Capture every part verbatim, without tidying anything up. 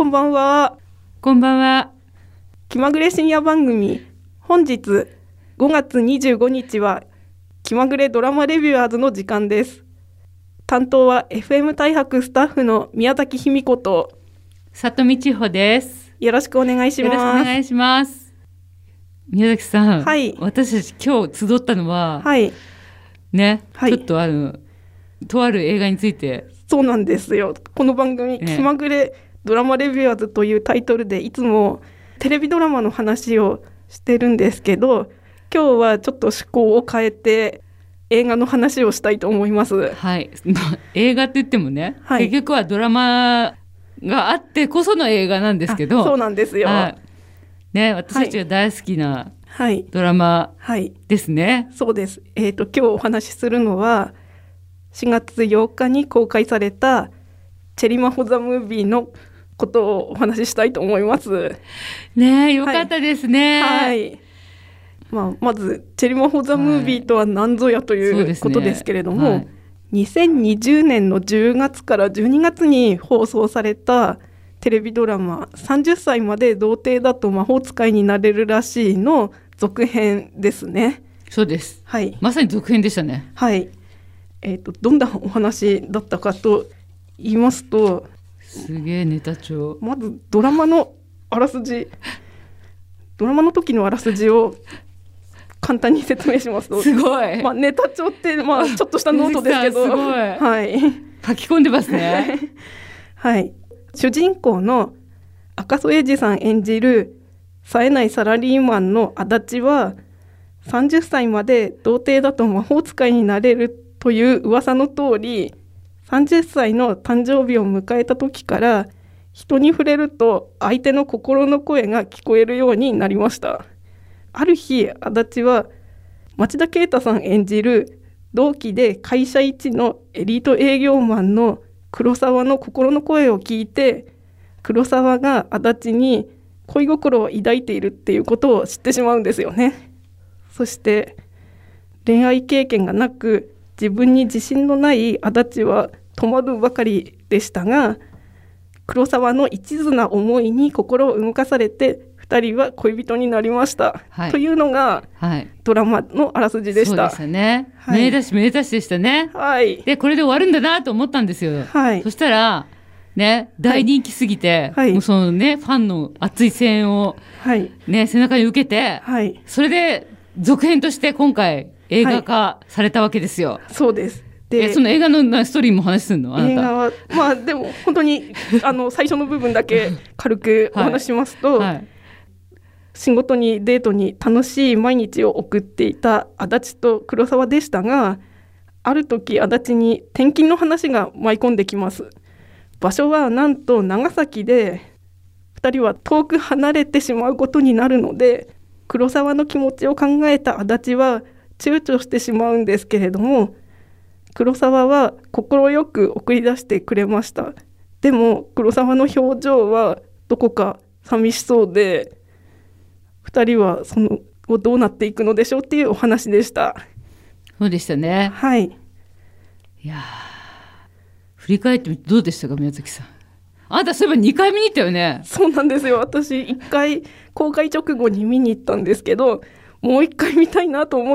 こんばんは。 こんばんは。 気まぐれ深夜番組、本日ごがつにじゅうごにちは気まぐれドラマレビュアーズの時間です。担当は エフエム 大白スタッフの宮崎卑美子と里見千穂です。 よろしくお願いします。 よろしくお願いします。宮崎さん、 はい、 私たち今日集ったのは、 はい、 ね、 はい、 ちょっとあのとある映画について。 そうなんですよ。この番組、ね、気まぐれドラマレビュアーズというタイトルでいつもテレビドラマの話をしてるんですけど、今日はちょっと趣向を変えて映画の話をしたいと思います。 はい、映画って言ってもね、はい、結局はドラマがあってこその映画なんですけど。 そうなんですよ、 はいね、私たちが大好きなドラマですね。 はいはい、そうです。えーと、今日お話しするのはしがつようかに公開されたチェリマホザムービーのことをお話ししたいと思います。 ねえ、よかったですね。 はい、はいまあ、まずチェリマホザムービーとは何ぞやということですけれども、はいねはい、にせんにじゅうねんのじゅうがつからじゅうにがつに放送されたテレビドラマさんじゅっさいまで童貞だと魔法使いになれるらしいの続編ですね。 そうです、 はい、 まさに続編でしたね。 はい、えーと、どんなお話だったかと言いますと、 すげえネタ帳。 まずドラマのあらすじドラマの時のあらすじを簡単に説明しますと、 すごい、 まあ、ネタ帳って、まあ、ちょっとしたノートですけど、 すごい、 はい、 書き込んでますね。 はい、主人公の赤楚衛二さん演じる冴えないサラリーマンの足立はさんじゅっさいまで童貞だと魔法使いになれるという噂の通り、さんじゅっさいの誕生日を迎えた時から人に触れると相手の心の声が聞こえるようになりました。ある日、足立は町田啓太さん演じる同期で会社一のエリート営業マンの黒沢の心の声を聞いて、黒沢が足立に恋心を抱いているっていうことを知ってしまうんですよね。そして恋愛経験がなく自分に自信のない足立は戸惑うばかりでしたが、黒沢の一途な思いに心を動かされてふたりは恋人になりました、はい、というのが、はい、ドラマのあらすじでした。 そうでしたね、はい、めでたしめでたしでしたね、はい、でこれで終わるんだなと思ったんですよ、はい、そしたらね、大人気すぎて、はい、もうそのね、ファンの熱い声援を、ねはい、背中に受けて、はい、それで続編として今回映画化されたわけですよ、はい、そうです。でその映画のストーリーも話するの？あなた。映画は、まあ、でも本当にあの最初の部分だけ軽くお話しますと、はいはい、仕事にデートに楽しい毎日を送っていた足立と黒沢でしたが、ある時足立に転勤の話が舞い込んできます。場所はなんと長崎でふたりは遠く離れてしまうことになるので、黒沢の気持ちを考えた足立は躊躇してしまうんですけれども、黒沢は快く送り出してくれました。でも黒沢の表情はどこか寂しそうで、ふたりはその後どうなっていくのでしょうっていうお話でした。そうでしたね。はい。いや振り返ってみてどうでしたか、宮崎さん。あなたそういえばにかい見に行ったよね。そうなんですよ。私いっかい公開直後に見に行ったんですけど、もういっかい見たいなと思って、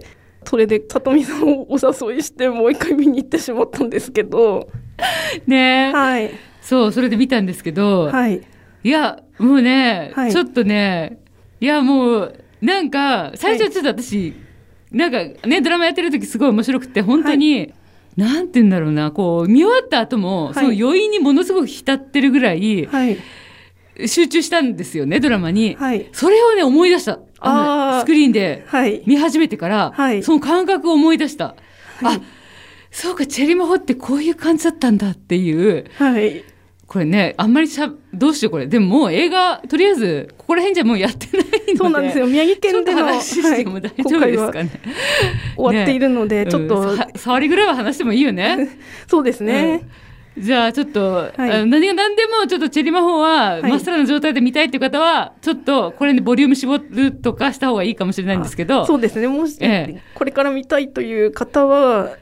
それで里見さんをお誘いしてもういっかい見に行ってしまったんですけどねえ、はい、そうそれで見たんですけど、はい、いやもうね、はい、ちょっとね、いやもうなんか最初ちょっと私、はい、なんかねドラマやってる時すごい面白くて本当に、はい、なんて言うんだろうな、こう見終わった後も、はい、その余韻にものすごく浸ってるぐらい、はい、集中したんですよねドラマに、はい、それをね思い出した。あのスクリーンで見始めてから、はい、その感覚を思い出した、はい、あ、そうかチェリマホってこういう感じだったんだっていう、はい、これねあんまりしゃどうしようこれでももう映画とりあえずここら辺じゃもうやってないので、そうなんですよ、宮城県での話しても大丈夫ですかね、はい、終わっているので、ね、ちょっと、うん、触りぐらいは話してもいいよねそうですね、うん、じゃあちょっと、はい、何が何でもちょっとチェリマホはまっさらな状態で見たいっていう方はちょっとこれでボリューム絞るとかした方がいいかもしれないんですけど、そうですね、もし、ええ、これから見たいという方は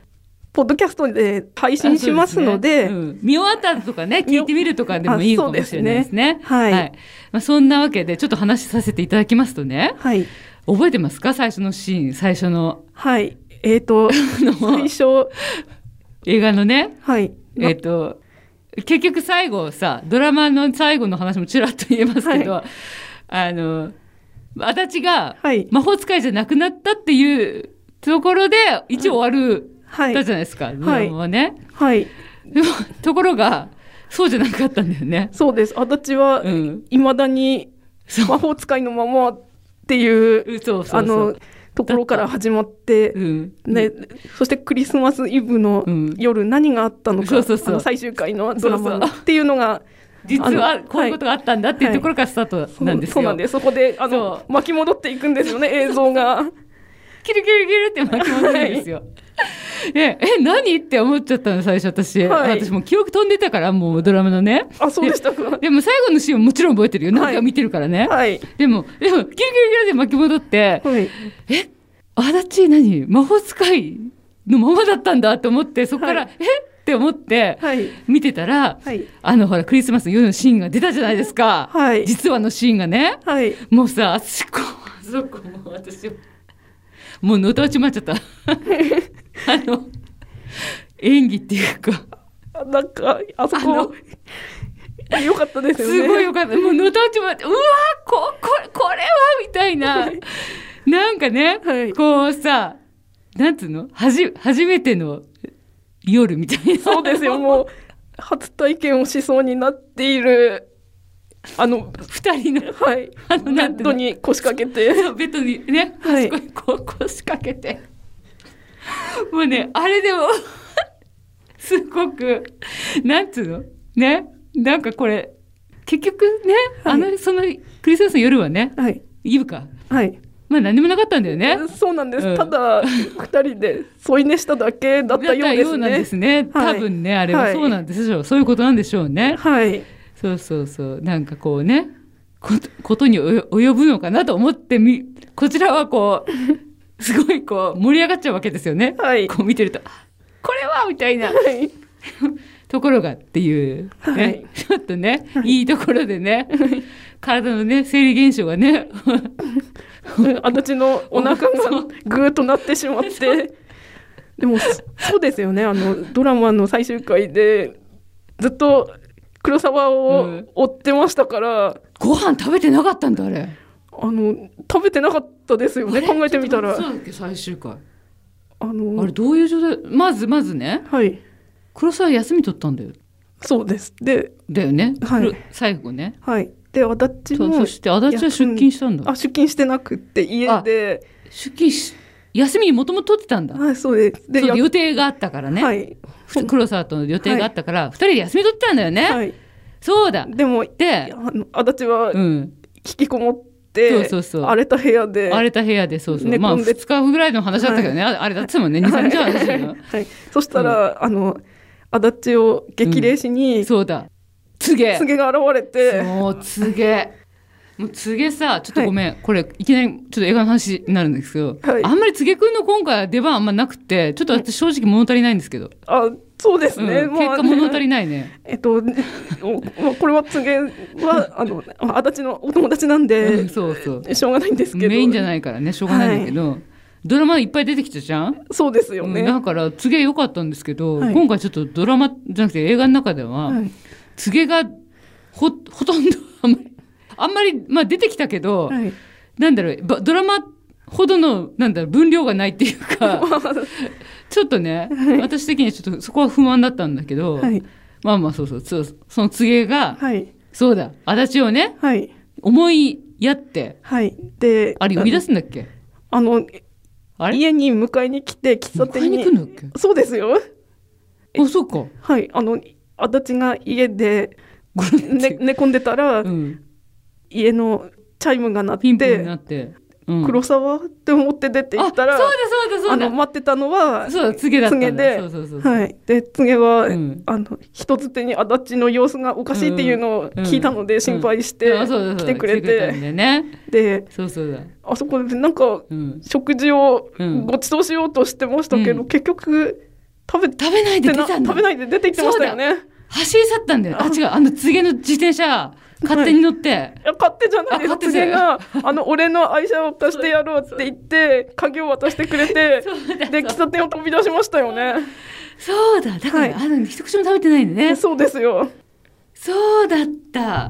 ポッドキャストで配信しますので、 ねうん、見終わったとかね聞いてみるとかでもいいかもしれないですね。 はい、はいまあ、そんなわけでちょっと話させていただきますとね、 はい、 覚えてますか最初のシーン最初のはいえーと最初映画のね、 はいえーと結局最後さドラマの最後の話もちらっと言えますけど、はい、あの足立が魔法使いじゃなくなったっていうところで一応終わる、はい、たじゃないですか、ドラマはね、 はい、 でもところがそうじゃなかったんだよね。 そうです。足立はいまだに魔法使いのままっていう、そうそうそう、あのところから始まって、うんねうん、そしてクリスマスイブの夜何があったのか、うん、そうそうそう、あの最終回のドラマのっていうのが実はこういうことがあったんだっていうところからスタートなんですよ。 そうなんです。そこであの巻き戻っていくんですよね映像がキルキルキルって巻き戻るんですよ、はいええ何って思っちゃったの最初私、はい、私も記憶飛んでたからもうドラマのね。 あそうでしたか。 でも最後のシーンはもちろん覚えてるよ、何か見てるからね、はい、でもでもキルキルキルで巻き戻って、はい、え足立何魔法使いのままだったんだと思ってそこから、はい、えって思って見てたら、はい、あのほらクリスマスの夜のシーンが出たじゃないですか、はい、実話のシーンがね、はい、もうさあそこあそこもう私もうのたうちまっちゃったあの演技っていうかなんかあそこよかったですよね。 すごいよかった。もうのたうちまってうわこここれはみたいななんかね、はい、こうさなんつうのはじ初めての夜みたいな。 そうですよ。もう初体験をしそうになっているあの二人の、 はい、あのベッドに腰掛けてベッドにね、はい、こう腰掛けてもうねあれでもすごくなんつうのねなんかこれ結局ね、はい、あのそのクリスマスの夜はね、はい、イブか、はい、まあ何でもなかったんだよね。 そうなんです、うん、ただ二人で添い寝しただけだったようですね。だったようなんですね、 多分ね、はい、あれはそうなんでしょう、はい、そういうことなんでしょうね。はいそうそうそうなんかこうね こ, ことに及ぶのかなと思ってみこちらはこうすごいこう盛り上がっちゃうわけですよね、はい、こう見てるとこれはみたいな、はい、ところがっていう、ねはい、ちょっとね、はい、いいところでね体のね生理現象がね足立のお腹がグーッとなってしまってでもそうですよねあのドラマの最終回でずっと黒沢を追ってましたから、うん、 ご飯食べてなかったんだあれ。 あの食べてなかったですよね考えてみたら。 そうだっけ最終回あのあれどういう状態まずまずね、はい、黒沢休み取ったんだよ。 そうですでだよね、はい、最後ねはいで足立もそ, そして足立は出勤したんだ。 あ出勤してなくって家で出勤し休みもともと取ってたんだ。 はいそうです。でそう予定があったからね、はい、黒沢との予定があったから、はい、ふたりで休み取ってたんだよね、はい、そうだ。 でもであの足立は引きこもって、うん、そうそうそう荒れた部屋で荒れた部屋でそうそうまあふつかぐらいの話だったけどね、はい、あれだってもんねにさんにちの話だよ、 はい、そしたら、うん、あの足立を激励しに、 うん、そうだ告げ告げが現れてそう告げもう告げさちょっとごめん、はい、これいきなりちょっと映画の話になるんですけど、はい、あんまり告げくんの今回は出番あんまなくてちょっと私正直物足りないんですけど、 あそうですね、 うん、結果物足りないねえっとこれは告げはあの足立のお友達なんで、うん、そうそうしょうがないんですけどメインじゃないからねしょうがないんだけど、はい、ドラマいっぱい出てきたじゃん。 そうですよね、 うん、だから告げ良かったんですけど、はい、今回ちょっとドラマじゃなくて映画の中では、はい、告げが ほ, ほとんどあんまりあんまり、まあ、出てきたけど、はい、なんだろうドラマほどのなんだろう分量がないっていうかちょっとね、はい、私的にはちょっとそこは不満だったんだけど、はい、まあまあそうそうそその告げが、はい、そうだ足立をね、はい、思いやって、はい、であれ呼び出すんだっけあのあれ家に迎えに来て喫茶店に迎えに来るんだっけ。 そうですよ。 あそうかはいあの足立が家で、ね、寝込んでたら、うん家のチャイムが鳴ってピンポンになって、うん、黒沢って思って出て行ったらそうだそうだそうだあの待ってたのはそうだ告げだったんだ。 告げでそうそうそうそう、はい、で告げは、うん、あの人づてに足立の様子がおかしいっていうのを聞いたので心配して来てくれてでそうそうだあそこでなんか、うん、食事をご馳走しようとしてましたけど、うん、結局食べ食べないで出たんだ。 食べないで出てきてましたよね。 走り去ったんだよ。あ、違う、あの告げの自転車勝手に乗って、はい、いや勝手じゃないです。告げがあの俺の愛車を貸してやろうって言って鍵を渡してくれてで喫茶店を飛び出しましたよね。 そうだ、だから、はい、あの一口も食べてないんだね。 そうですよ。 そうだった。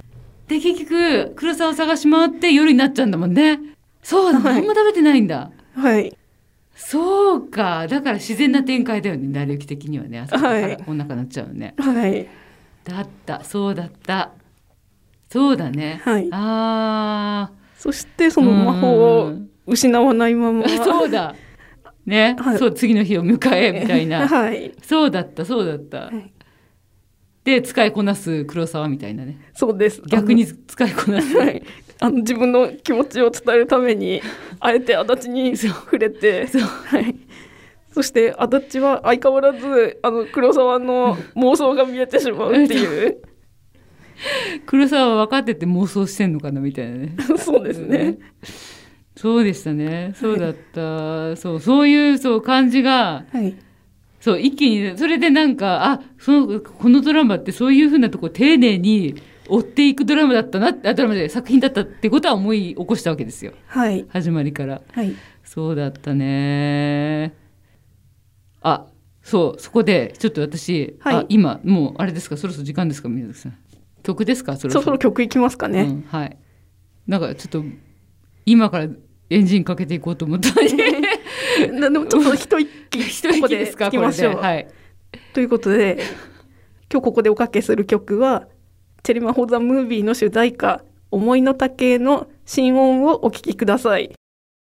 で結局黒沢を探し回って夜になっちゃうんだもんね。そうだ、はい、何も食べてないんだ。 はい。 そうか、だから自然な展開だよね、成り行き的にはね。朝からお腹なっちゃうね。 はい。 だった、そうだった。そうだね。 はい。 ああ。 そしてその魔法を失わないまま。 そうだ。ね、はい、そう次の日を迎えみたいな。 はい。 そうだったそうだった。はい、で使いこなす黒沢みたいなね。 そうです。 逆に使いこなす。 はい。あの自分の気持ちを伝えるためにあえて足立に触れて、 そうはい。そして足立は相変わらずあの黒沢の妄想が見えてしまうっていう。 黒沢は分かってて妄想してんのかなみたいなね。 そうですね。 そうでしたね。そうだった。はい、そうそういうそう感じが、 はい、 そう一気にそれでなんかあそのこのドラマってそういうふうなとこ丁寧に追っていくドラマだったなってドラマで作品だったってことは思い起こしたわけですよ。 はい。 始まりから。 はい。 そうだったね。あ、そうそこでちょっと私、はい、あ今もうあれですかそろそろ時間ですか宮崎さん。曲ですかそろそろ。 そろそろ曲いきますかね。 うん、はい。なんかちょっと今からエンジンかけていこうと思ったのにでもちょっと一息一息ですかここで、はい、 ということで今日ここでおかけする曲はチェリマホザムービーの主題歌思いの丈の心音をお聴きください。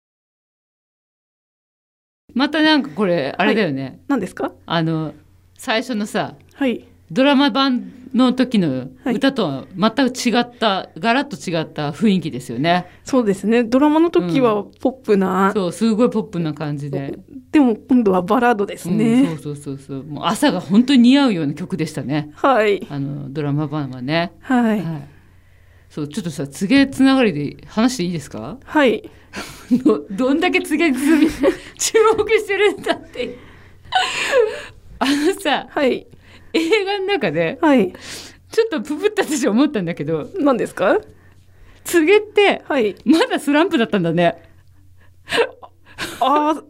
またなんかこれあれだよね、はい、 何ですか。 あの最初のさ、 はい、 ドラマ版の時の歌とは全く違った、はい、ガラッと違った雰囲気ですよね。 そうですね。ドラマの時はポップな、 うん、そうすごいポップな感じででも今度はバラードですね、 うん、そうそうそうそうもう朝が本当に似合うような曲でしたね。 はい。 あのドラマ版はね。 はい、 はい、そうちょっとさ告げつながりで話していいですか。 はい。 ど, どんだけ告げ注目してるんだってあのさ、 はい、 映画の中で、 はい、 ちょっとププって私思ったんだけど。 何ですか。 告げって、 はい、 まだスランプだったんだね。 ああの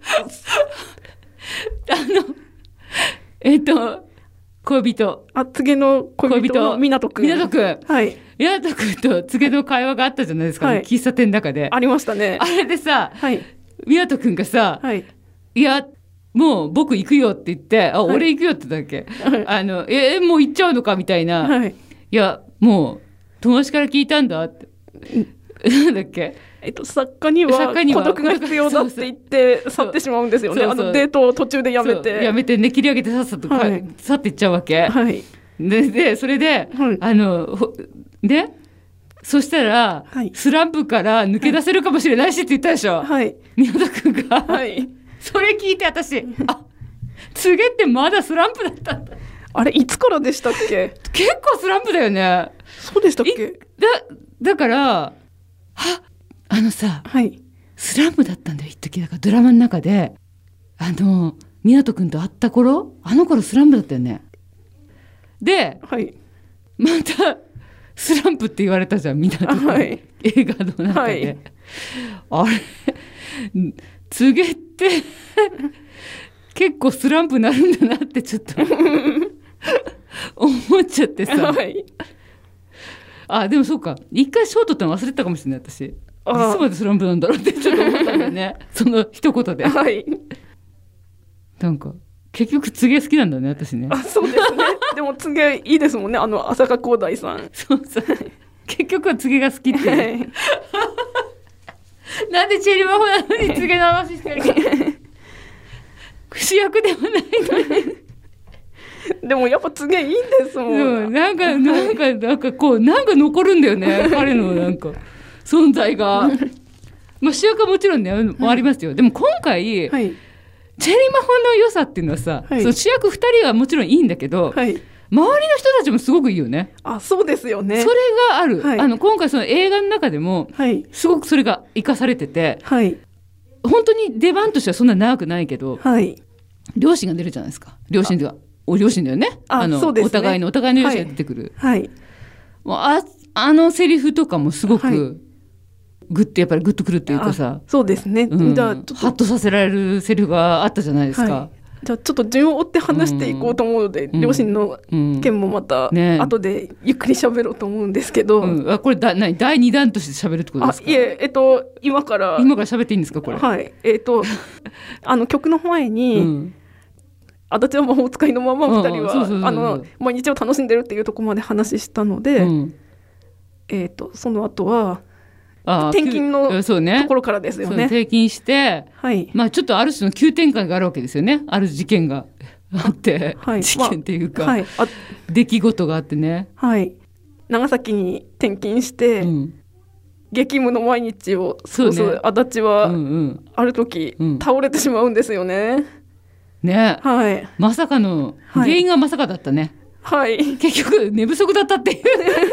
えっと恋人あ告げの恋人の湊くん湊くん、 はい、 湊くんと告げの会話があったじゃないですか、ね、はい、喫茶店の中でありましたね。 あれでさ、 はい、 湊くんがさ、 はい、 いやもう僕行くよって言ってあ、はい、俺行くよって言ったっけ、はい、あのえもう行っちゃうのかみたいな、 はい、 いやもう友達から聞いたんだってなんだっけ、 えっと、作家には孤独が必要だって言って去ってしまうんですよね。あのデートを途中でやめてやめてね切り上げてさっさと、はい、去っていっちゃうわけ、 はい、 で, でそれで、はい、あのねそしたら、はい、スランプから抜け出せるかもしれないしって言ったでしょ、 はい、 宮田くんが、 はい、それ聞いて私あ告げってまだスランプだったんだ。 あれいつからでしたっけ。 結構スランプだよね。 そうでしたっけ。 だ, だからはあのさ、 はい、 スランプだったんだよ一時。だからドラマの中であの湊くんと会った頃あの頃スランプだったよね。で、 はい、 またスランプって言われたじゃん湊くん、はい、映画の中で、はい、あれ告げって結構スランプになるんだなってちょっと思っちゃってさ、 はい、 あでもそうか一回賞取ったの忘れたかもしれない私。いつまでスランプなんだろうってちょっと思ったんだよねその一言で、 はい、 なんか結局告げ好きなんだね私ね。 あそうですねでも告げいいですもんねあの浅香光大さん。 そうそう結局は告げが好きっていう、はい、なんでチェリマホなのに告げの話してるか主役でもないのにでもやっぱ告げいいんですもん、 うん、なんかなんかなんかこうなんか残るんだよね彼のなんか存在がまあ主役はもちろんね、はい、ありますよ。でも今回、はい、チェリマホの良さっていうのはさ、はい、その主役ふたりはもちろんいいんだけど、はい、周りの人たちもすごくいいよね。 あそうですよね。 それがある、はい、あの今回その映画の中でも、はい、すごくそれが生かされてて、はい、本当に出番としてはそんな長くないけど、はい、 両親が出るじゃないですか。両親がお両親だよね。あのそうですね、お互いのお互いの両親が出てくる。 はい。 はい、あ, あのセリフとかもすごく、はい、グッてやっぱりグッとくるっていうかさ。 そうですね。 うん、じゃあハッとさせられるセリフがあったじゃないですか。はい、 じゃあちょっと順を追って話していこうと思うので、うん、両親の件もまた後でゆっくり喋ろうと思うんですけど、 うんうん、あこれだ何だいにだんとして喋るってことですか？ あいえ、えっと、今から今から喋っていいんですかこれ？ はいえっとあの曲の前に、うん足立は魔法使いのままふたりは毎日を楽しんでるっていうところまで話したので、うん、えー、とその後は転勤のところからですよね。 転勤して、はいまあ、ちょっとある種の急展開があるわけですよね。ある事件があって、はい、事件っていうか、まあはい、出来事があってね、 はい、長崎に転勤して、うん、激務の毎日を過ごす足立は、うんうん、ある時、うん、倒れてしまうんですよね。 ね、 はい、 まさかの原因がまさかだったね。 はい、 結局寝不足だったっていう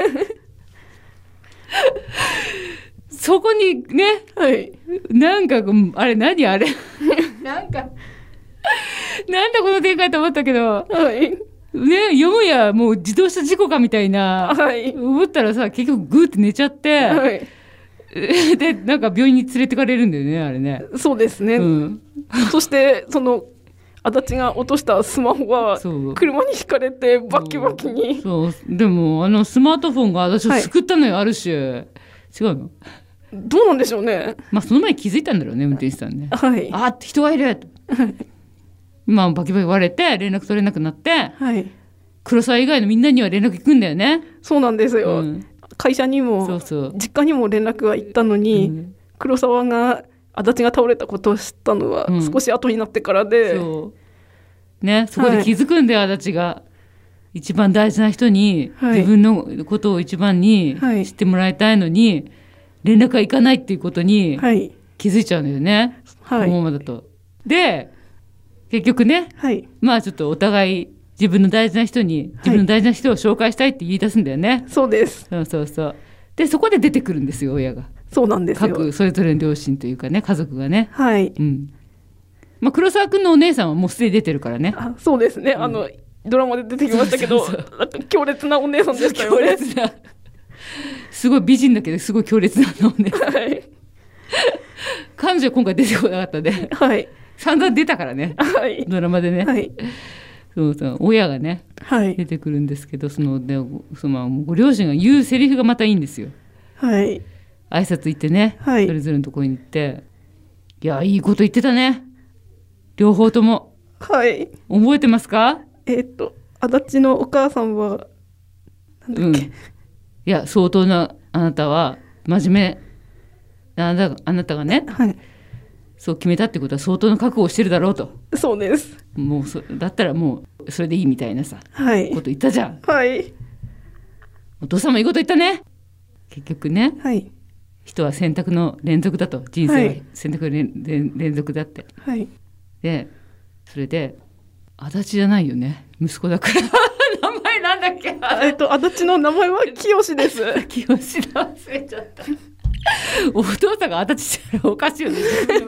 そこにね、 はい、 なんかあれ何あれなんかなんだこの展開と思ったけど、 はいね、よもやもう自動車事故かみたいな、 はい、 思ったらさ結局グーって寝ちゃって、 はい、 でなんか病院に連れてかれるんだよねあれね。 そうですね、うん、そしてその足立が落としたスマホは車にひかれてバキバキに。 そうそうでもあのスマートフォンが私を救ったのよ、はい、ある種違うのどうなんでしょうね。 まあその前に気づいたんだろうね運転手さんね。 はい、 あ人がいるとまあバキバキ割れて連絡取れなくなって、 はい、 黒沢以外のみんなには連絡行くんだよね。 そうなんですよ、うん、会社にもそうそう実家にも連絡は行ったのに、うん、黒沢が足立が倒れたことを知ったのは少し後になってからで、 うん、そうね、そこで気づくんだよ、はい、足立が一番大事な人に、はい、自分のことを一番に知ってもらいたいのに、はい、連絡がいかないっていうことに気づいちゃうんだよね、はい、このままだと。で結局ね、 はい、 まあちょっとお互い自分の大事な人に自分の大事な人を紹介したいって言い出すんだよね、はい、 そうです。 そうそうそうでそこで出てくるんですよ親が。 そうなんですよ。 各それぞれの両親というかね家族がね、 はいうんまあ、黒沢君のお姉さんはもうすでに出てるからね。 あそうですね、うん、あのドラマで出てきましたけどそうそうそうなんか強烈なお姉さんでしたよね。強烈なすごい美人だけどすごい強烈なお姉さん、 はい、 彼女は今回出てこなかったね、 はい、 散々出たからね、 はい、 ドラマでね、 はい、 そうそう親がね、 はい、 出てくるんですけどそのでそのご両親が言うセリフがまたいいんですよ。 はい挨拶行ってね、 はい、 それぞれのところに行っていやいいこと言ってたね両方とも。 はい覚えてますか？ えー、っと足立のお母さんはなんだっけ、うん、いや相当なあなたは真面目あなたあなたがね、 はい、 そう決めたってことは相当な覚悟をしてるだろうと。 そうです。 もうそだったらもうそれでいいみたいなさ、 はい、 こと言ったじゃん。 はい。 お父さんもいいこと言ったね。結局ね、 はい、 人は選択の連続だと人生は選択の 連,、はい、連続だって、 はい、でそれで足立じゃないよね息子だから名前なんだっけえっと足立の名前は清です清だ忘れちゃったお父さんが足立じゃおかしいよね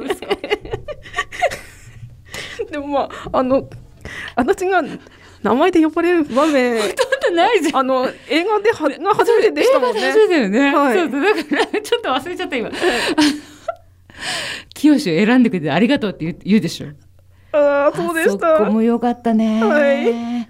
でもまああの足立が名前で呼ばれる場面ほとんどないじゃん。 あの映画ではが初めてでしたもんね。 映画で初めてだよね、はい、そうそうだからちょっと忘れちゃった今清を選んでくれてありがとうって言う、言うでしょ。 ああそうでした。 そこも良かったね、 はい、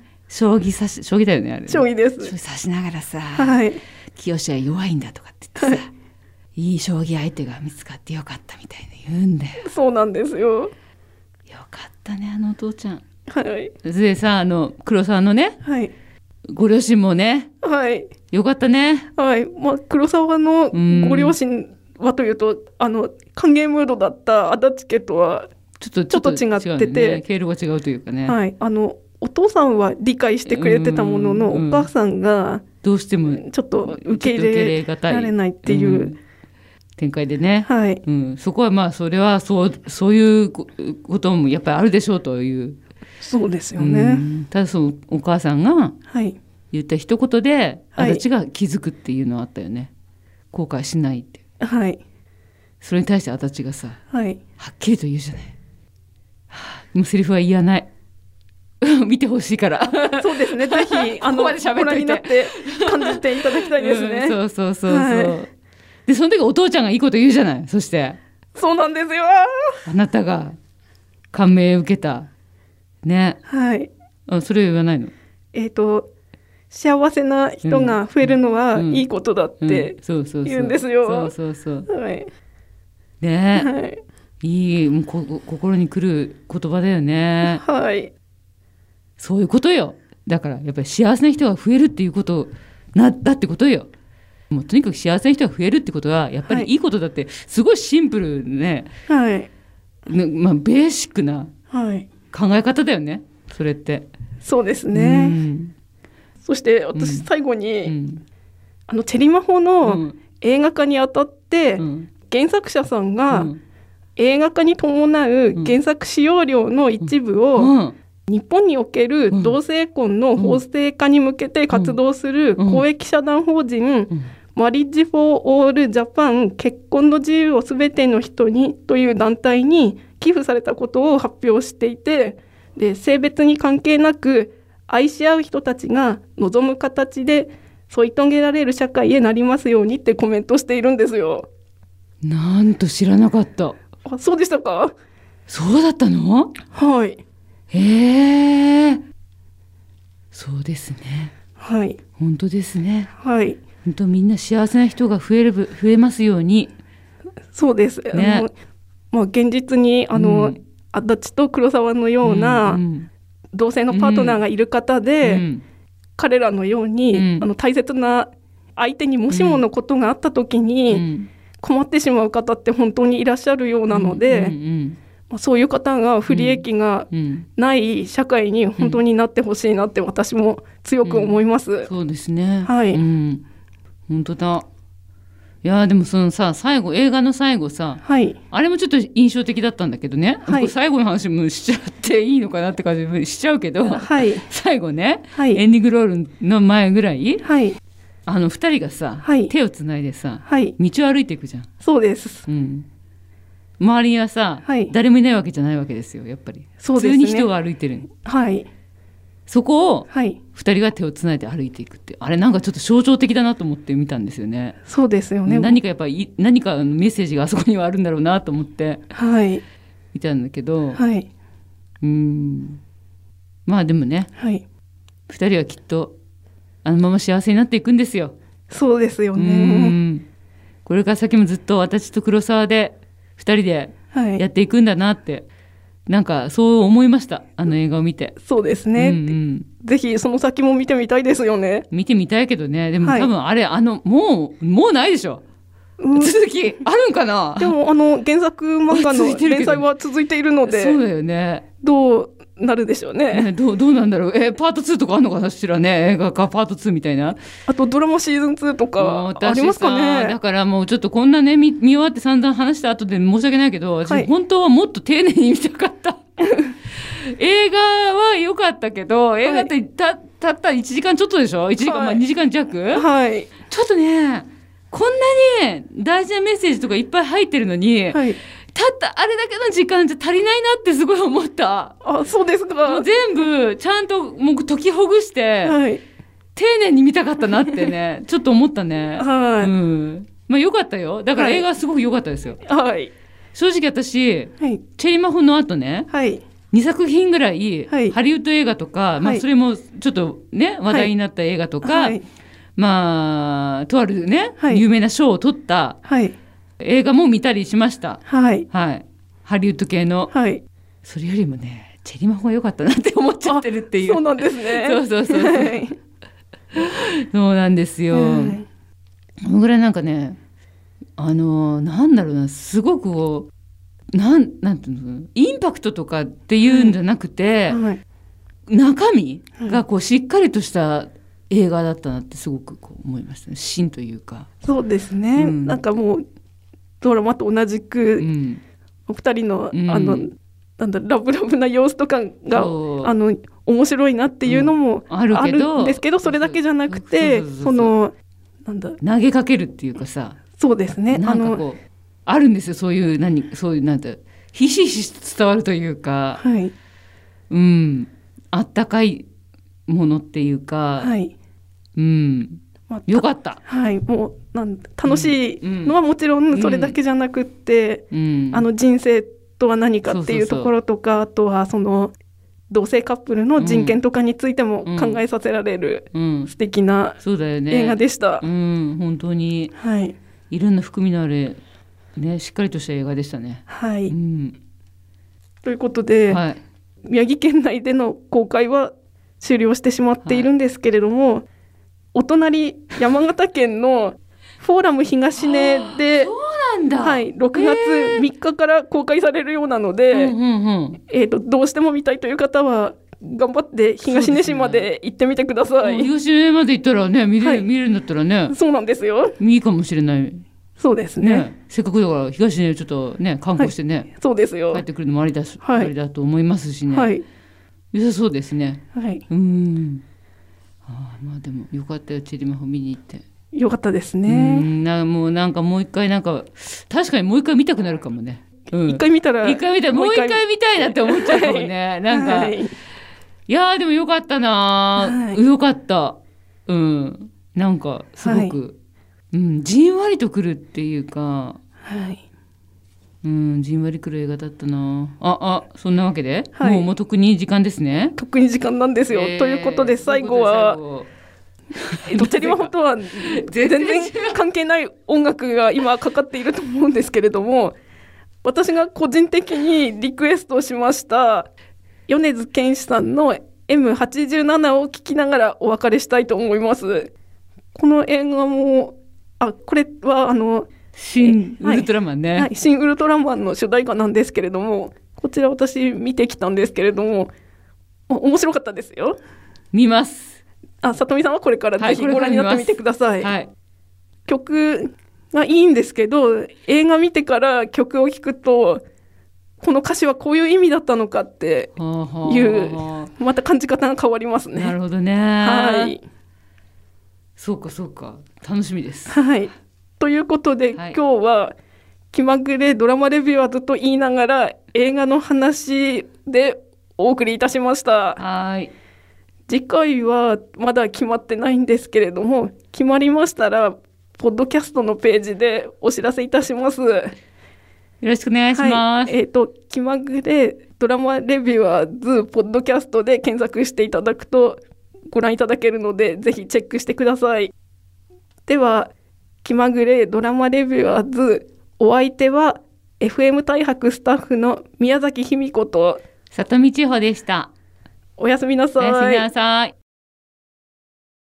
将棋さし将棋だよねあれ。 将棋です。 将棋指しながらさ、 はい、 清は弱いんだとかって言ってさ、はい、いい将棋相手が見つかってよかったみたいな言うんだよ。 そうなんですよ。 よかったねあのお父ちゃん。 はい、 でさあの黒沢のね、 はい、 ご両親もね、 はい、 よかったね。 はい、まあ、黒沢のご両親はというとあの歓迎ムードだった足立家とはちょっと、ちょっと違ってて、 ね、経路が違うというかね、 はい、あのお父さんは理解してくれてたものの、お母さんがどうしてもちょっと受け入れられないっていう、うん、 展開でね、 はいうん、そこはまあそれはそうそういうこともやっぱりあるでしょうという。 そうですよね、 うん、ただそのお母さんが言った一言で、はい、足立が気づくっていうのはあったよね。後悔しないって、 はい、 それに対して足立がさ、 はい、 はっきりと言うじゃない、はあ、 もうセリフは言わない見てほしいからそうですね、ぜひあのご覧になって感じていただきたいですね、 うん、そうそうそうそう、はい、でその時お父ちゃんがいいこと言うじゃない。そしてそうなんですよ、 あなたが感銘を受けたね。 はい。 あ、それ言わないの？ えっと幸せな人が増えるのはいいことだって言うんですよ。 そうそうそう。 はい。 ね、はい、いい、もうこ心にくる言葉だよね。 はい。 そういうことよ。だからやっぱり幸せな人が増えるっていうことなだってことよ。もうとにかく幸せな人が増えるってことはやっぱりいいことだって、すごいシンプルね。 はい。 ね、まあベーシックな考え方だよね。それって。 そうですね。うん、そして私最後に、うん、あのチェリマホの映画化にあたって、うん、原作者さんが映画化に伴う原作使用料の一部を、うんうん、日本における同性婚の法制化に向けて活動する公益社団法人、うんうん、マリッジ・フォー・オール・ジャパン結婚の自由をすべての人にという団体に寄付されたことを発表していて、で性別に関係なく愛し合う人たちが望む形で添い遂げられる社会へなりますようにってコメントしているんですよ。 なんと知らなかった。 あ、そうでしたか？ そうだったの？ はい。 へえ。そうですね。 はい。 本当ですね。 はい。 本当みんな幸せな人が増える増えますように。 そうです。ね、あのまあ現実にあの、うん、足立と黒沢のような、うんうん、同性のパートナーがいる方で、うん、彼らのように、うん、あの大切な相手にもしものことがあった時に、うん、困ってしまう方って本当にいらっしゃるようなので、うんうんうんまあ、そういう方が不利益がない社会に本当になってほしいなって私も強く思います、 うんうん、そうですね、 はい、 うん、本当だ。いやでもそのさ最後映画の最後さ、 はい、 あれもちょっと印象的だったんだけどね、はい、最後の話もしちゃっていいのかなって感じしちゃうけど、 はい、 最後ね、 はい、 エンディングロールの前ぐらい、 はい、 あのふたりがさ、はい、手をつないでさ、 はい、 道を歩いていくじゃん。 そうです、 うん、周りにはさ、はい、誰もいないわけじゃないわけですよ。やっぱりそうですね、 普通に人が歩いてる、 はい、 そこをふたりが手をつないで歩いていくって、あれなんかちょっと象徴的だなと思って見たんですよね。 そうですよね。 何かやっぱり何かのメッセージがあそこにはあるんだろうなと思って見たんだけど、 はい、 うーんまあでもね、 はい、 ふたりはきっとあのまま幸せになっていくんですよ。 そうですよね。 うんこれから先もずっと私と黒沢でふたりでやっていくんだなって、はい、なんかそう思いました、あの映画を見て。 そうですね、うんうん、ぜひその先も見てみたいですよね。 見てみたいけどね、でも多分あれ、はい、あのもうもうないでしょ、うん、続きあるんかな。 でもあの原作漫画の連載は続いているのでそうだよね、 どうなるでしょう ね, ね ど, うどうなんだろう、えパートツーとかあるのかなしらね、映画かパートツーみたいな。 あとドラマシーズンツーとかありますかね。 だからもうちょっとこんなね 見, 見終わって散々話した後で申し訳ないけど、私本当はもっと丁寧に見たかった映画は良かったけど、映画って た, たったいちじかんちょっとでしょ、いちじかん、はい、まあにじかん弱、 はい、 ちょっとねこんなに大事なメッセージとかいっぱい入ってるのに、はい、たったあれだけの時間じゃ足りないなってすごい思った。 あ、そうですか。 もう全部ちゃんともう解きほぐして、はい、丁寧に見たかったなってねちょっと思ったね。 はい、 うん、まあ良かったよ。だから映画はすごく良かったですよ。 はい、 正直私、 はい、 チェリマホの後ね、はい、にさく品ぐらい、はい、ハリウッド映画とか、はい、まあ、それもちょっとね話題になった映画とか、はい、まあとあるね、はい、有名な賞を取った、はい、映画も見たりしました。はい、はい、ハリウッド系の、はい、それよりもねチェリマホが良かったなって思っちゃってるっていう。 そうなんですね。 そうそうそうそう、はい、そうなんですよ。このぐらいなんかね、あのなんだろうな、すごくこうなんなんていうの、インパクトとかっていうんじゃなくて、はいはい、中身がこうしっかりとした映画だったなってすごくこう思いましたね。芯というか。 そうですね、うん、なんかもうドラマと同じく、うん、お二人の、うん、あのなんだラブラブな様子とかがあの面白いなっていうのもあるんですけど、それだけじゃなくて、そのなんだ投げかけるっていうかさ、 そうですね、 なんかこう あ, あるんですよ、そういう何そういうなんてひしひし伝わるというか、 はい、 うん、あったかいものっていうか、 はい、 うん、まあ、よかった。 はい、もうなん楽しいのはもちろんそれだけじゃなくって、うんうん、あの人生とは何かっていうところとか、そうそうそう、あとはその同性カップルの人権とかについても考えさせられる素敵な映画でした。 うんうん、うん、本当に、 はい、 いろんな含みのある、ね、しっかりとした映画でしたね。 はい、 うん、 ということで、はい、宮城県内での公開は終了してしまっているんですけれども、はい、お隣山形県のフォーラム東根でそうなんだ、 はい、ろくがつみっかから公開されるようなので、うんうんうん、えーと、どうしても見たいという方は頑張って東根市まで行ってみてください。 ね、東根まで行ったらね見れ、はい、見れるんだったらね、 そうなんですよ、 いいかもしれない。 そうですね、 ね、せっかくだから東根ちょっとね観光してね、はい、 そうですよ、 帰ってくるのもありだし、はい、ありだと思いますしね、はい、良さそうですね。 はい、 うん、あ、まあでもよかったよ、チリマホ見に行って。 よかったですね。 うんなもうなんかもう一回なんか確かにもう一回見たくなるかもね。 うん、一回見たら一回見たらもう一回見たいなって思っちゃうかもね。なんか、はい、いやーでもよかったな、はい、よかった。うん、なんかすごく、はい、うん、じんわりとくるっていうか、 はい、 うん、じんわりくる映画だったなあ。あ、そんなわけで、はい、もうもう特に時間ですね。 特に時間なんですよ。えー、ということで最後はどちらも本当は全然関係ない音楽が今かかっていると思うんですけれども、私が個人的にリクエストしました米津玄師さんの エムはちじゅうなな を聴きながらお別れしたいと思います。この映画もあこれはあの新ウルトラマンね、 はいはい、新ウルトラマンの主題歌なんですけれども、こちら私見てきたんですけれども面白かったですよ。 見ます。 あ、さとみさんはこれからぜひご覧になってみてください。 はい、 曲がいいんですけど、映画見てから曲を聴くとこの歌詞はこういう意味だったのかっていうまた感じ方が変わりますね。 なるほどね。はい、そうかそうか、楽しみです。 はい、ということで、はい、今日は気まぐれドラマレビュアーズと言いながら映画の話でお送りいたしました。 はい、 次回はまだ決まってないんですけれども、決まりましたらポッドキャストのページでお知らせいたします。よろしくお願いします。 はい、えーと、気まぐれドラマレビュアーズポッドキャストで検索していただくとご覧いただけるので、ぜひチェックしてください。では気まぐれドラマレビュアーズ、お相手は エフエム 大白スタッフの宮崎卑美子と里見千穂でした。 おやすみなさい。 おやすみなさい。